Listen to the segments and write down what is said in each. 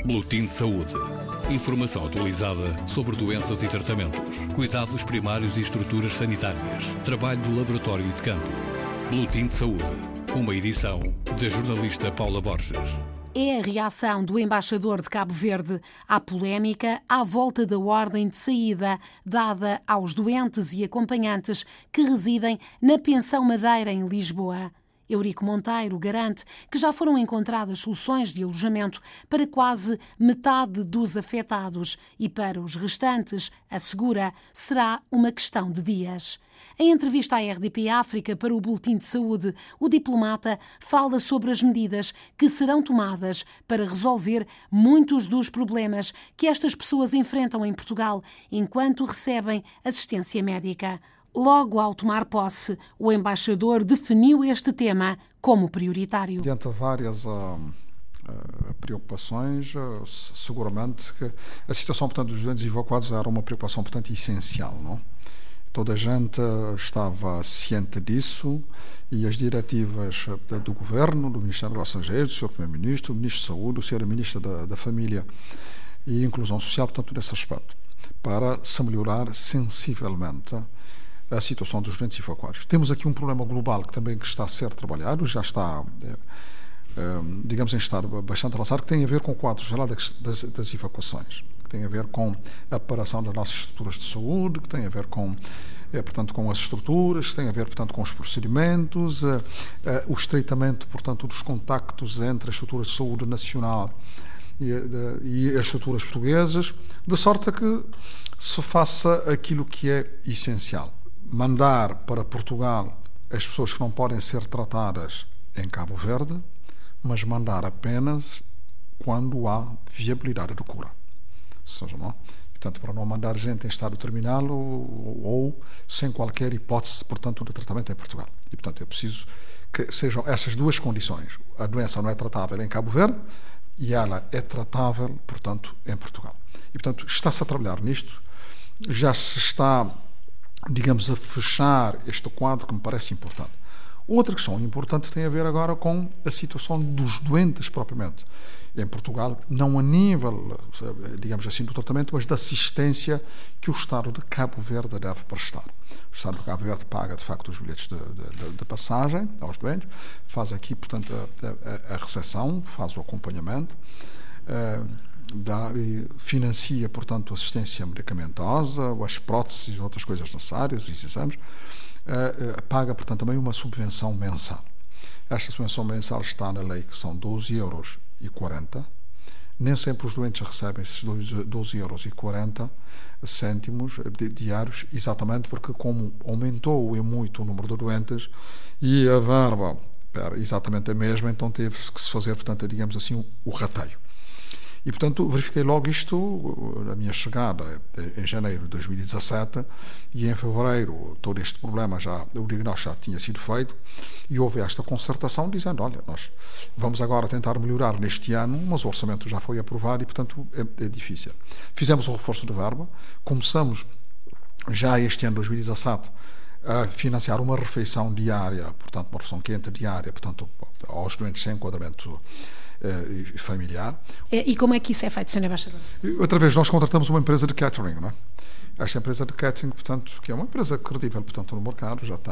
Boletim de Saúde. Informação atualizada sobre doenças e tratamentos, cuidados primários e estruturas sanitárias, trabalho do laboratório e de campo. Boletim de Saúde. Uma edição da jornalista Paula Borges. É a reação do embaixador de Cabo Verde à polémica à volta da ordem de saída dada aos doentes e acompanhantes que residem na Pensão Madeira, em Lisboa. Eurico Monteiro garante que já foram encontradas soluções de alojamento para quase metade dos afetados e para os restantes, assegura, será uma questão de dias. Em entrevista à RDP África para o Boletim de Saúde, o diplomata fala sobre as medidas que serão tomadas para resolver muitos dos problemas que estas pessoas enfrentam em Portugal enquanto recebem assistência médica. Logo ao tomar posse, o embaixador definiu este tema como prioritário. Diante de várias preocupações, seguramente que a situação, portanto, dos doentes evacuados era uma preocupação, portanto, essencial, não? Toda a gente estava ciente disso e as diretivas do Governo, do Ministério das Relações Exteriores, do Sr. Primeiro-Ministro, do Ministro da Saúde, do Sr. Ministro da Família e Inclusão Social, portanto, nesse aspecto, para se melhorar sensivelmente a situação dos doentes evacuados. Temos aqui um problema global que também está a ser trabalhado, já está, digamos, em estado bastante avançado, que tem a ver com o quadro geral das evacuações, que tem a ver com a preparação das nossas estruturas de saúde, que tem a ver com, portanto, com as estruturas, que tem a ver, portanto, com os procedimentos, o estreitamento, portanto, dos contactos entre a estrutura de saúde nacional e as estruturas portuguesas, de sorte a que se faça aquilo que é essencial. Mandar para Portugal as pessoas que não podem ser tratadas em Cabo Verde, mas mandar apenas quando há viabilidade de cura. Seja, não? Portanto, para não mandar gente em estado terminal ou sem qualquer hipótese, portanto, de tratamento em Portugal. E, portanto, é preciso que sejam essas duas condições. A doença não é tratável em Cabo Verde e ela é tratável, portanto, em Portugal. E, portanto, está-se a trabalhar nisto, já se está, digamos, a fechar este quadro que me parece importante. Outra questão importante tem a ver agora com a situação dos doentes propriamente em Portugal, não a nível, digamos assim, do tratamento, mas da assistência que o Estado de Cabo Verde deve prestar. O Estado de Cabo Verde paga, de facto, os bilhetes de passagem aos doentes, faz aqui, portanto, a recepção, faz o acompanhamento, financia, portanto, assistência medicamentosa, as próteses e outras coisas necessárias, os exames, paga, portanto, também uma subvenção mensal. Esta subvenção mensal está na lei, que são 12,40 €. Nem sempre os doentes recebem esses 12,40 € diários, exatamente porque, como aumentou muito o número de doentes e a verba era exatamente a mesma, então teve que se fazer, portanto, digamos assim, o rateio. E, portanto, verifiquei logo isto na minha chegada em janeiro de 2017 e em fevereiro todo este problema, o diagnóstico já tinha sido feito e houve esta concertação dizendo, olha, nós vamos agora tentar melhorar neste ano, mas o orçamento já foi aprovado e, portanto, é difícil. Fizemos o reforço de verba, começamos já este ano, 2017, a financiar uma refeição diária, portanto, uma refeição quente diária, portanto, aos doentes sem enquadramento familiar. E como é que isso é feito, Sr. Embaixador? Outra vez, nós contratamos uma empresa de catering, não é? Esta empresa de catering, portanto, que é uma empresa credível, portanto, no mercado, já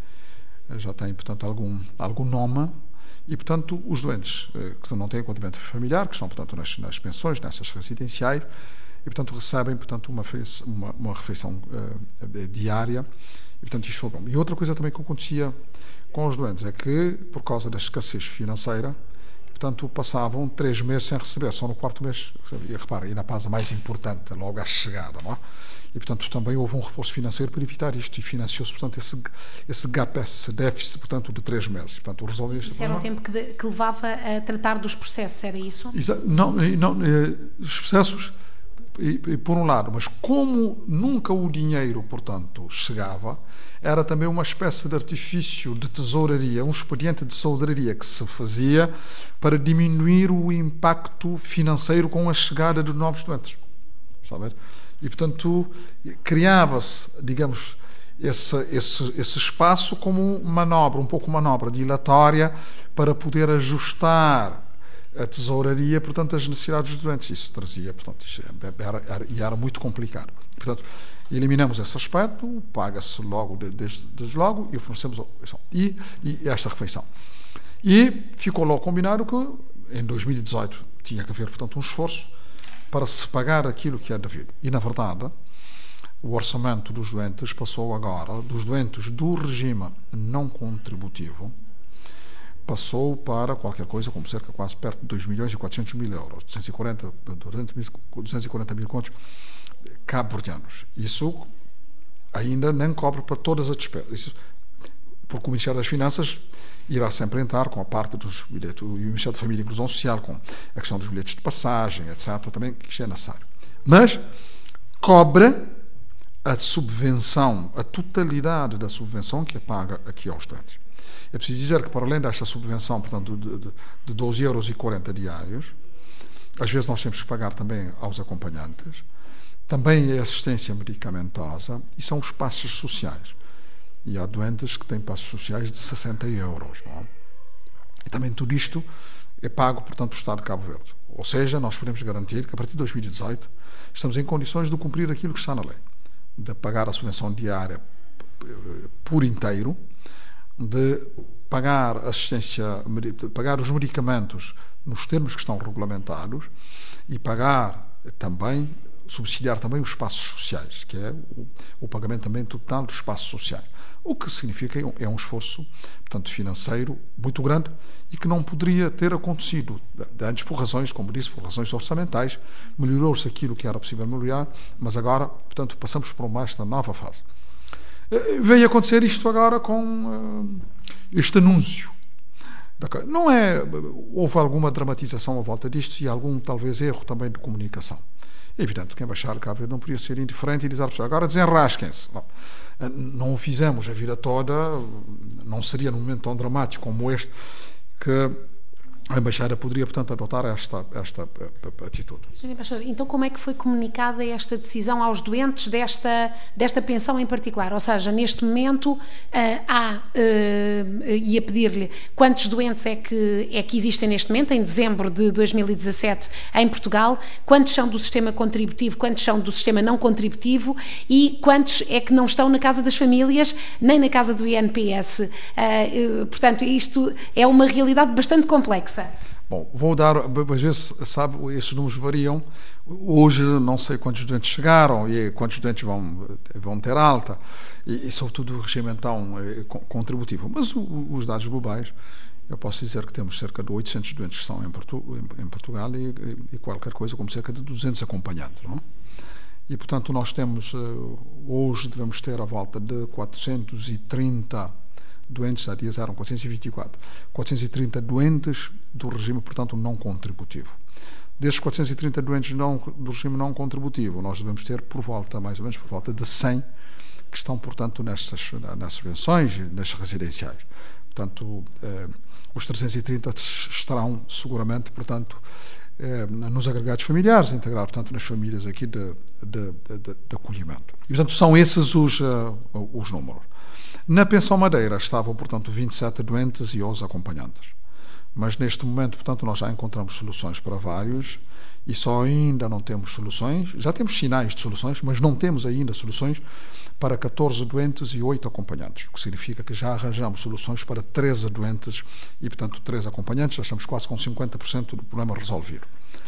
tem portanto, algum nome, e, portanto, os doentes que não têm enquadramento familiar, que estão, portanto, nas pensões, nessas residenciais, e, portanto, recebem, portanto, uma refeição diária, e, portanto, isto foi bom. E outra coisa também que acontecia com os doentes é que, por causa da escassez financeira, portanto, passavam 3 meses sem receber, só no 4º mês, e repara, e na pausa mais importante, logo à chegada, não é? E, portanto, também houve um reforço financeiro para evitar isto, e financiou-se, portanto, esse gap, esse déficit, portanto, de 3 meses. Portanto, resolver este problema. Isso era um tempo que levava a tratar dos processos, era isso? Não, os processos, e por um lado, mas como nunca o dinheiro, portanto, chegava, era também uma espécie de artifício de tesouraria, um expediente de tesouraria que se fazia para diminuir o impacto financeiro com a chegada de novos doentes. Está a ver? E, portanto, criava-se, digamos, esse espaço como manobra, um pouco manobra dilatória para poder ajustar a tesouraria, portanto, as necessidades dos doentes. Isso trazia, portanto, era muito complicado. Portanto, eliminamos esse aspecto, paga-se logo, desde logo, e oferecemos e esta refeição. E ficou logo combinado que, em 2018, tinha que haver, portanto, um esforço para se pagar aquilo que é devido. E, na verdade, o orçamento dos doentes passou agora, dos doentes do regime não contributivo, passou para qualquer coisa como cerca quase perto de 2.400.000 euros, 240 mil contos cabo-verdianos. Isso ainda nem cobre para todas as despesas. Isso, porque o Ministério das Finanças irá sempre entrar com a parte dos bilhetes, o Ministério da Família e Inclusão Social, com a questão dos bilhetes de passagem, etc., também, que isto é necessário. Mas cobre a subvenção, a totalidade da subvenção que é paga aqui aos doentes. É preciso dizer que, para além desta subvenção, portanto, de 12,40 euros diários, às vezes nós temos que pagar também aos acompanhantes, também a assistência medicamentosa e são os passos sociais. E há doentes que têm passos sociais de 60 euros. Não é? E também tudo isto é pago, portanto, pelo Estado de Cabo Verde. Ou seja, nós podemos garantir que, a partir de 2018, estamos em condições de cumprir aquilo que está na lei, de pagar a subvenção diária por inteiro, de pagar assistência, de pagar os medicamentos nos termos que estão regulamentados e pagar também, subsidiar também os espaços sociais, que é o pagamento também total dos espaços sociais. O que significa é um esforço, portanto, financeiro muito grande e que não poderia ter acontecido antes por razões, como disse, por razões orçamentais. Melhorou-se aquilo que era possível melhorar, mas agora, portanto, passamos por esta nova fase. Veio acontecer isto agora com este anúncio. Não é, houve alguma dramatização à volta disto e algum, talvez, erro também de comunicação. É evidente que a Embaixada de Cabo Verde não podia ser indiferente e dizer às pessoas, agora desenrasquem-se. Não o fizemos a vida toda, não seria num momento tão dramático como este que a Embaixada poderia, portanto, adotar esta atitude. Sr. Embaixador, então como é que foi comunicada esta decisão aos doentes desta pensão em particular? Ou seja, neste momento ia pedir-lhe quantos doentes é que existem neste momento, em dezembro de 2017, em Portugal, quantos são do sistema contributivo, quantos são do sistema não contributivo e quantos é que não estão na Casa das Famílias, nem na Casa do INPS. Portanto, isto é uma realidade bastante complexa. Bom, vou dar, às vezes, sabe, esses números variam. Hoje não sei quantos doentes chegaram e quantos doentes vão ter alta, e sobretudo o regime então contributivo. Mas os dados globais, eu posso dizer que temos cerca de 800 doentes que estão em Portugal e qualquer coisa como cerca de 200 acompanhantes, não? E, portanto, nós temos, hoje devemos ter a volta de 430 doentes, há dias eram 424, 430 doentes do regime, portanto, não contributivo. Desses 430 doentes do regime não contributivo, nós devemos ter mais ou menos por volta de 100 que estão, portanto, nessas pensões, nestas residenciais. Portanto, os 330 estarão seguramente, portanto, nos agregados familiares, integrar, portanto, nas famílias aqui de acolhimento. E, portanto, são esses os números. Na Pensão Madeira estavam, portanto, 27 doentes e 11 acompanhantes. Mas, neste momento, portanto, nós já encontramos soluções para vários e só ainda não temos soluções. Já temos sinais de soluções, mas não temos ainda soluções para 14 doentes e 8 acompanhantes, o que significa que já arranjamos soluções para 13 doentes e, portanto, 3 acompanhantes. Já estamos quase com 50% do problema resolvido.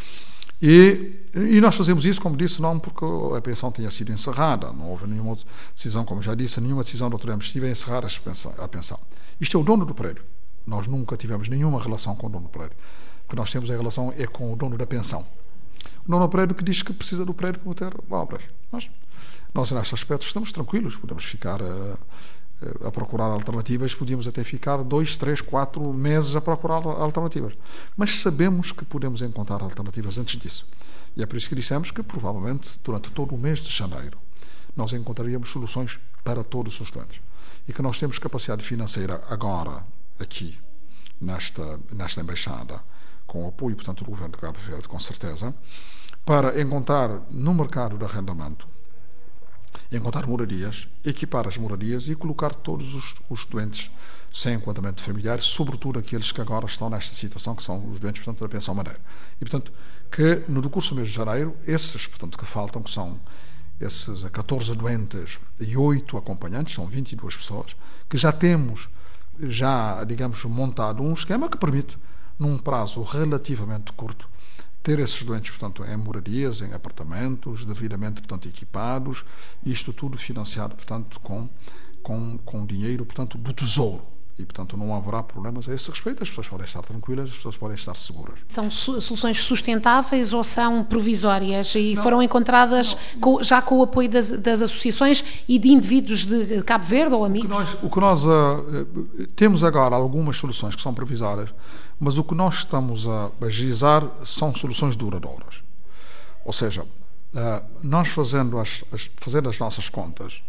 E nós fazemos isso, como disse, não porque a pensão tenha sido encerrada, não houve nenhuma decisão, como já disse, nenhuma decisão da autoridade administrativa em encerrar a pensão. Isto é o dono do prédio. Nós nunca tivemos nenhuma relação com o dono do prédio. O que nós temos a relação é com o dono da pensão. O dono do prédio que diz que precisa do prédio para ter obras. Nós nesse aspecto, estamos tranquilos, podemos ficar a procurar alternativas, podíamos até ficar 2, 3, 4 meses a procurar alternativas. Mas sabemos que podemos encontrar alternativas antes disso. E é por isso que dissemos que, provavelmente, durante todo o mês de janeiro, nós encontraríamos soluções para todos os doentes. E que nós temos capacidade financeira agora, aqui, nesta Embaixada, com o apoio, portanto, do Governo de Cabo Verde, com certeza, para encontrar no mercado de arrendamento encontrar moradias, equipar as moradias e colocar todos os doentes sem enquadramento familiar, sobretudo aqueles que agora estão nesta situação, que são os doentes, portanto, da pensão maneira. E, portanto, que no decurso do mês de janeiro, esses, portanto, que faltam, que são esses 14 doentes e 8 acompanhantes, são 22 pessoas, que já temos, digamos, montado um esquema que permite, num prazo relativamente curto, ter esses doentes, portanto, em moradias, em apartamentos, devidamente, portanto, equipados, isto tudo financiado, portanto, com dinheiro, portanto, do Tesouro. E, portanto, não haverá problemas a esse respeito, as pessoas podem estar tranquilas, as pessoas podem estar seguras. São soluções sustentáveis ou são provisórias e foram encontradas já com o apoio das associações e de indivíduos de Cabo Verde ou amigos? O que nós temos agora algumas soluções que são provisórias, mas o que nós estamos a agilizar são soluções duradouras. Ou seja, nós fazendo as nossas contas,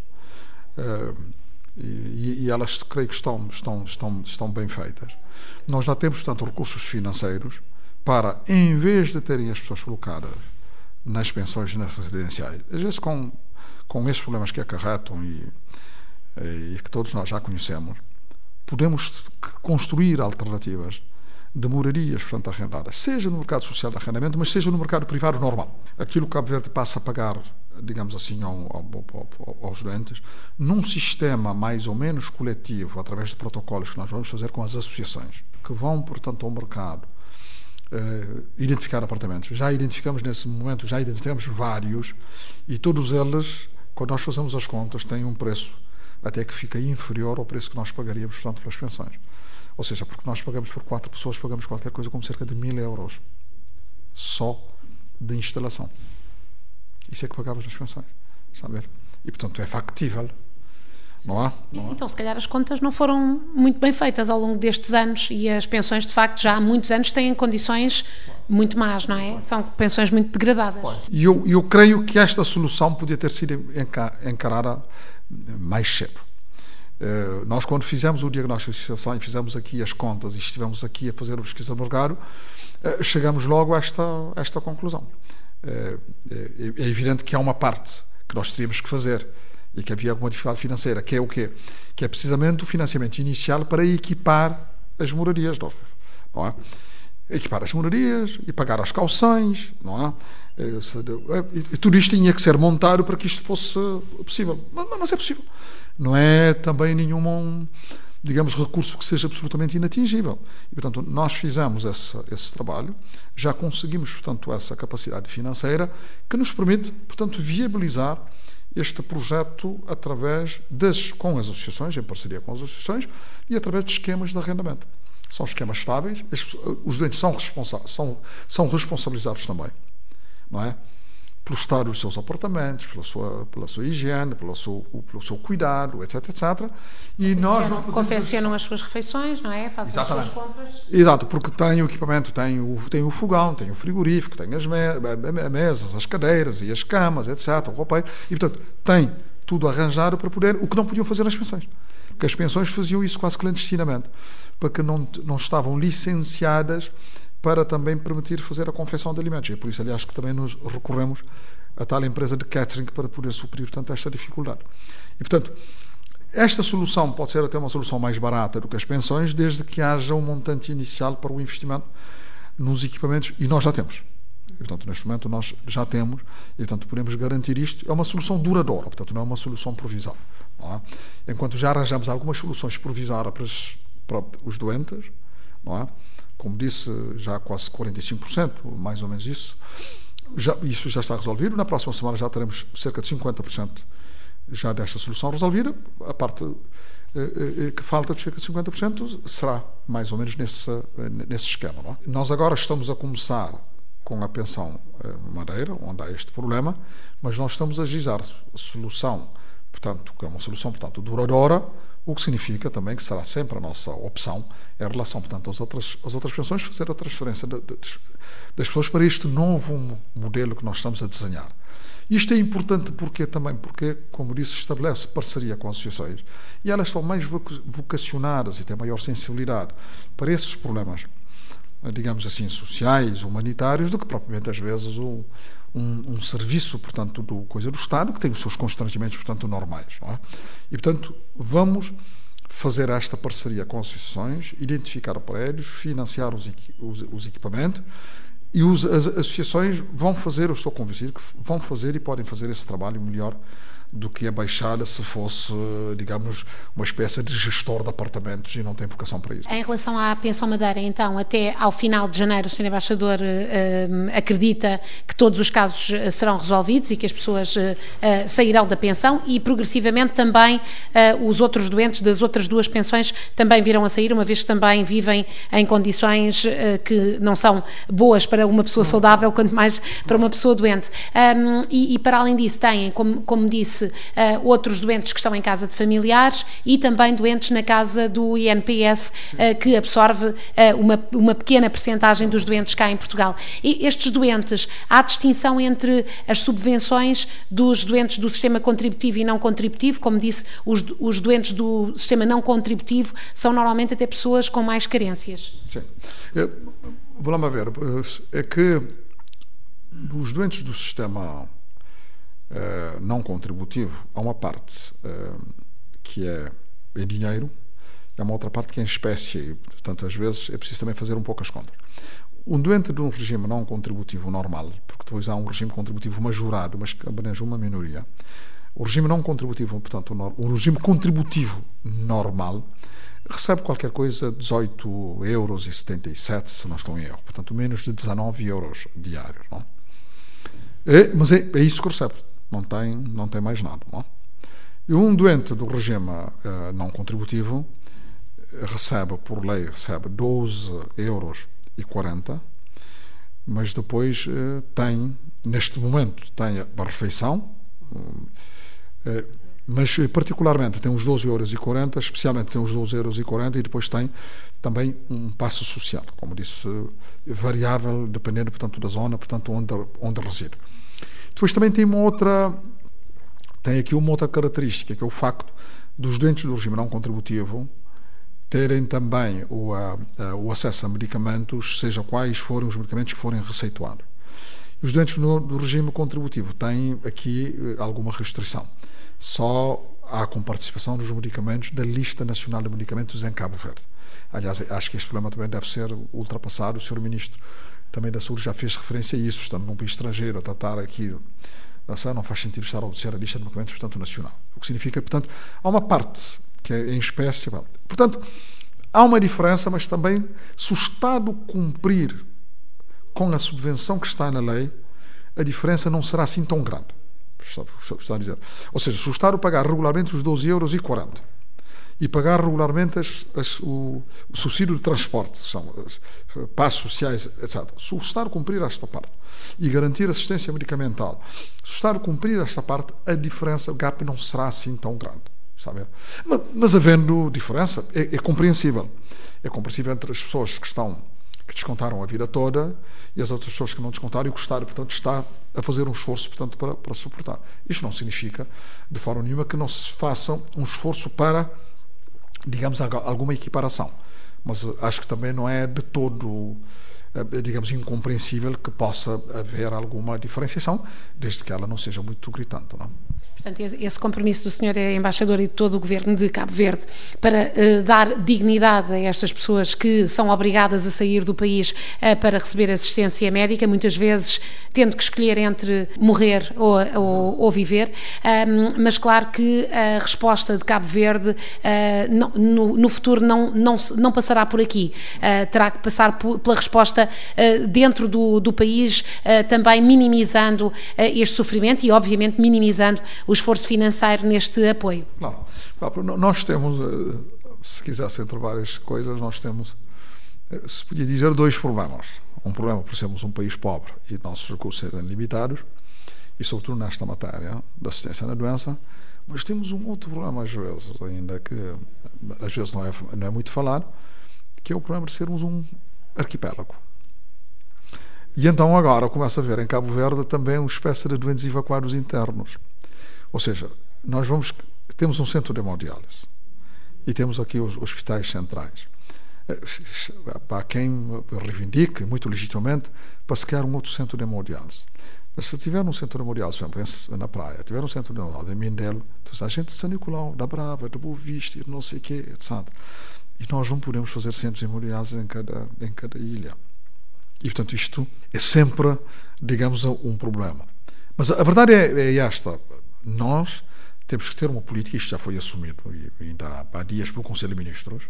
e elas creio que estão bem feitas. Nós já temos, portanto, recursos financeiros para, em vez de terem as pessoas colocadas nas pensões residenciais, às vezes com esses problemas que acarretam e que todos nós já conhecemos, podemos construir alternativas de moradias, portanto, arrendadas, seja no mercado social de arrendamento, mas seja no mercado privado normal. Aquilo que Cabo Verde passa a pagar, digamos assim, aos doentes, num sistema mais ou menos coletivo, através de protocolos que nós vamos fazer com as associações, que vão, portanto, ao mercado identificar apartamentos. Já identificamos nesse momento, vários, e todos eles, quando nós fazemos as contas, têm um preço até que fica inferior ao preço que nós pagaríamos, portanto, pelas pensões. Ou seja, porque nós pagamos por 4 pessoas, pagamos qualquer coisa como cerca de 1.000 euros só de instalação. Isso é que pagávamos nas pensões, está a ver? E, portanto, é factível, não há? Então, se calhar as contas não foram muito bem feitas ao longo destes anos e as pensões, de facto, já há muitos anos têm condições muito más, não é? São pensões muito degradadas. E eu creio que esta solução podia ter sido encarada mais cedo. Nós, quando fizemos o diagnóstico de situação e fizemos aqui as contas e estivemos aqui a fazer a pesquisa no mercado, chegamos logo a esta conclusão. É evidente que há uma parte que nós teríamos que fazer e que havia alguma dificuldade financeira, que é o quê? Que é precisamente o financiamento inicial para equipar as moradias, não é? Equipar as moradias e pagar as cauções, não é? E tudo isto tinha que ser montado para que isto fosse possível. Mas é possível. Não é também nenhum, digamos, recurso que seja absolutamente inatingível. E, portanto, nós fizemos esse trabalho, já conseguimos, portanto, essa capacidade financeira que nos permite, portanto, viabilizar este projeto através com as associações, em parceria com as associações, e através de esquemas de arrendamento. São esquemas estáveis, os doentes são responsabilizados também, não é? Pelo estado dos seus apartamentos, pela sua higiene, pelo seu cuidado, etc, etc. E nós não confeccionam as suas refeições, não é? Fazem as suas compras. Exato, porque tem o equipamento, tem o fogão, tem o frigorífico, tem as mesas, as cadeiras e as camas, etc, o roupeiro, e, portanto, tem tudo arranjado para poder, o que não podiam fazer nas pensões. Porque as pensões faziam isso quase clandestinamente, porque não estavam licenciadas para também permitir fazer a confecção de alimentos. E é por isso, aliás, que também nos recorremos a tal empresa de catering para poder suprir, portanto, esta dificuldade. E, portanto, esta solução pode ser até uma solução mais barata do que as pensões, desde que haja um montante inicial para o investimento nos equipamentos, e nós já temos. E, portanto, neste momento nós já temos, e, portanto, podemos garantir isto. É uma solução duradoura, portanto, não é uma solução provisória. Não é? Enquanto já arranjamos algumas soluções provisórias para os doentes, não é? Como disse, já quase 45%, mais ou menos isso já está resolvido. Na próxima semana já teremos cerca de 50% já desta solução resolvida. A parte que falta de cerca de 50% será mais ou menos nesse esquema. Não é? Nós agora estamos a começar com a pensão Madeira, onde há este problema, mas nós estamos a agilizar a solução, portanto, que é uma solução, portanto, duradoura, o que significa também que será sempre a nossa opção em relação, portanto, às outras pensões, fazer a transferência das pessoas para este novo modelo que nós estamos a desenhar. Isto é importante porque, como disse, estabelece parceria com as associações e elas estão mais vocacionadas e têm maior sensibilidade para esses problemas digamos assim, sociais, humanitários, do que propriamente, às vezes, um serviço, portanto, do Estado, que tem os seus constrangimentos, portanto, normais. Não é? E, portanto, vamos fazer esta parceria com as associações, identificar prédios, financiar os equipamentos, e as associações vão fazer, eu estou convencido, que vão fazer e podem fazer esse trabalho melhor do que a Baixada se fosse, digamos, uma espécie de gestor de apartamentos e não tem vocação para isso. Em relação à pensão Madeira, então, até ao final de janeiro, o Sr. Embaixador acredita que todos os casos serão resolvidos e que as pessoas sairão da pensão e, progressivamente, também os outros doentes das outras duas pensões também virão a sair, uma vez que também vivem em condições que não são boas para uma pessoa saudável, quanto mais para uma pessoa doente. E para além disso, têm, como disse, outros doentes que estão em casa de familiares e também doentes na casa do INPS, que absorve uma pequena percentagem dos doentes cá em Portugal. E estes doentes, há distinção entre as subvenções dos doentes do sistema contributivo e não contributivo? Como disse, os doentes do sistema não contributivo são normalmente até pessoas com mais carências. Sim. Vamos lá ver. É que os doentes do sistema não contributivo, há uma parte que é dinheiro e há uma outra parte que é em espécie, e, portanto, às vezes é preciso também fazer um pouco as contas. Um doente de um regime não contributivo normal, porque depois há um regime contributivo majorado, mas que abrange uma minoria, o regime não contributivo, portanto, o regime contributivo normal, recebe qualquer coisa 18,77 €, se não estou em erro, portanto, menos de 19 € diários. Não? Mas é isso que recebe. Não tem mais nada. Não? E um doente do regime não contributivo recebe, por lei, 12,40 €, mas depois neste momento, tem a refeição, mas particularmente tem os 12,40 €, especialmente tem os 12,40 € e depois tem também um passo social, como disse, variável, dependendo, portanto, da zona, portanto, onde reside. Depois também tem aqui uma outra característica, que é o facto dos doentes do regime não contributivo terem também o acesso a medicamentos, seja quais forem os medicamentos que forem receituados. Os doentes do regime contributivo têm aqui alguma restrição. Só há com participação dos medicamentos da Lista Nacional de Medicamentos em Cabo Verde. Aliás, acho que este problema também deve ser ultrapassado. O Sr. Ministro também da Saúde já fez referência a isso, estando num país estrangeiro, a tratar aqui, não faz sentido estar a obedecer a lista de medicamentos, portanto, nacional. O que significa, portanto, há uma parte que é em espécie. Portanto, há uma diferença, mas também, se o Estado cumprir com a subvenção que está na lei, a diferença não será assim tão grande. Está a dizer. Ou seja, se o Estado pagar regularmente os 12,40 € e pagar regularmente o subsídio de transporte, são passos sociais, etc. Se o Estado cumprir esta parte e garantir assistência medicamental, se o Estado cumprir esta parte, a diferença, o gap não será assim tão grande. Está a ver? Mas havendo diferença, é compreensível. É compreensível entre as pessoas que descontaram a vida toda e as outras pessoas que não descontaram e que o Estado, portanto, está a fazer um esforço, portanto, para suportar. Isto não significa, de forma nenhuma, que não se faça um esforço para, digamos, alguma equiparação. Mas acho que também não é de todo, digamos, incompreensível que possa haver alguma diferenciação, desde que ela não seja muito gritante, não? Portanto, esse compromisso do Sr. Embaixador e de todo o Governo de Cabo Verde para dar dignidade a estas pessoas que são obrigadas a sair do país para receber assistência médica, muitas vezes tendo que escolher entre morrer ou viver, mas claro que a resposta de Cabo Verde no futuro não passará por aqui, terá que passar pela resposta dentro do país, também minimizando este sofrimento e obviamente minimizando o esforço financeiro neste apoio. Não. Nós temos, se quisesse entre várias coisas, nós temos, se podia dizer, dois problemas. Um problema por sermos um país pobre e nossos recursos serem limitados, e sobretudo nesta matéria da assistência na doença, mas temos um outro problema às vezes, ainda que às vezes não é muito falado, que é o problema de sermos um arquipélago. E então agora começa a haver em Cabo Verde também uma espécie de doentes evacuados internos. Ou seja, temos um centro de hemodiálise e temos aqui os hospitais centrais. Para quem reivindique, muito legitimamente, para se criar um outro centro de hemodiálise. Mas se tiver um centro de hemodiálise, por exemplo, na praia, tiver um centro de hemodiálise em Mindelo, então, a gente de São Nicolau, da Brava, da Boa Vista, não sei o quê, etc. E nós não podemos fazer centros de hemodiálise em cada ilha. E, portanto, isto é sempre, digamos, um problema. Mas a verdade é esta. Nós temos que ter uma política, isto já foi assumido ainda há dias pelo Conselho de Ministros,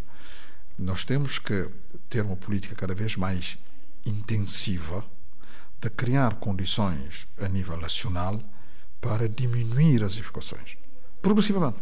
nós temos que ter uma política cada vez mais intensiva de criar condições a nível nacional para diminuir as evacuações, progressivamente.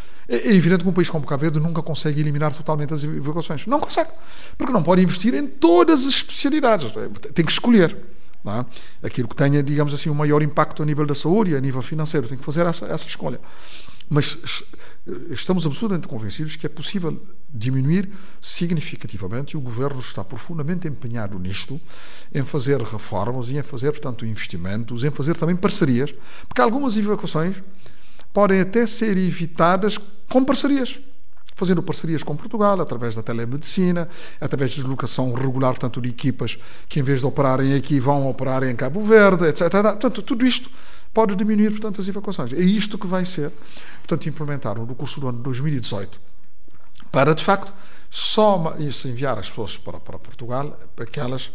É evidente que um país como Cabo Verde nunca consegue eliminar totalmente as evacuações. Não consegue, porque não pode investir em todas as especialidades. Tem que escolher. Não é? Aquilo que tenha, digamos assim, um maior impacto a nível da saúde e a nível financeiro. Tem que fazer essa escolha. Mas estamos absolutamente convencidos que é possível diminuir significativamente, e o Governo está profundamente empenhado nisto, em fazer reformas e em fazer, portanto, investimentos, em fazer também parcerias, porque algumas evacuações podem até ser evitadas com parcerias. Fazendo parcerias com Portugal, através da telemedicina, através de deslocação regular, tanto de equipas que, em vez de operarem aqui, vão operar em Cabo Verde, etc. Portanto, tudo isto pode diminuir, portanto, as evacuações. É isto que vai ser, portanto, implementado no curso do ano de 2018, para, de facto, só enviar as pessoas para Portugal, aquelas,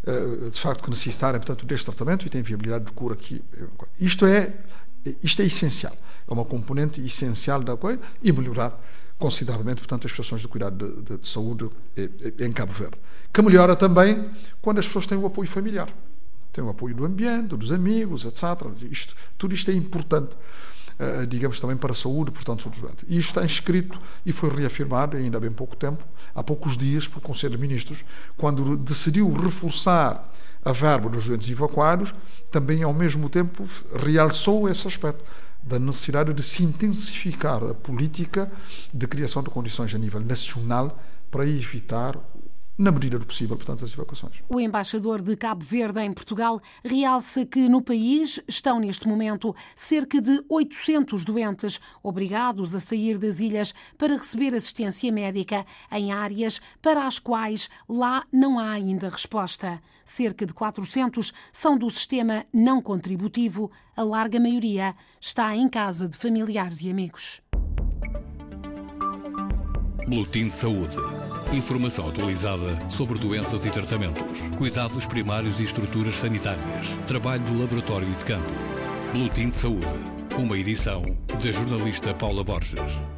de facto, que necessitarem, portanto, deste tratamento e têm viabilidade de cura aqui. Isto é essencial. É uma componente essencial da coisa e melhorar consideravelmente, portanto, as prestações de cuidado de saúde em Cabo Verde. Que melhora também quando as pessoas têm o apoio familiar. Têm o apoio do ambiente, dos amigos, etc. Tudo isto é importante, digamos, também para a saúde, portanto, do doente. E isto está inscrito e foi reafirmado, ainda há bem pouco tempo, há poucos dias, pelo Conselho de Ministros, quando decidiu reforçar a verba dos doentes evacuados, também, ao mesmo tempo, realçou esse aspecto da necessidade de se intensificar a política de criação de condições a nível nacional para evitar, na medida do possível, portanto, as evacuações. O embaixador de Cabo Verde em Portugal realça que no país estão, neste momento, cerca de 800 doentes obrigados a sair das ilhas para receber assistência médica em áreas para as quais lá não há ainda resposta. Cerca de 400 são do sistema não contributivo, a larga maioria está em casa de familiares e amigos. Boletim de Saúde. Informação atualizada sobre doenças e tratamentos, cuidados primários e estruturas sanitárias, trabalho do laboratório e de campo. Boletim de Saúde. Uma edição da jornalista Paula Borges.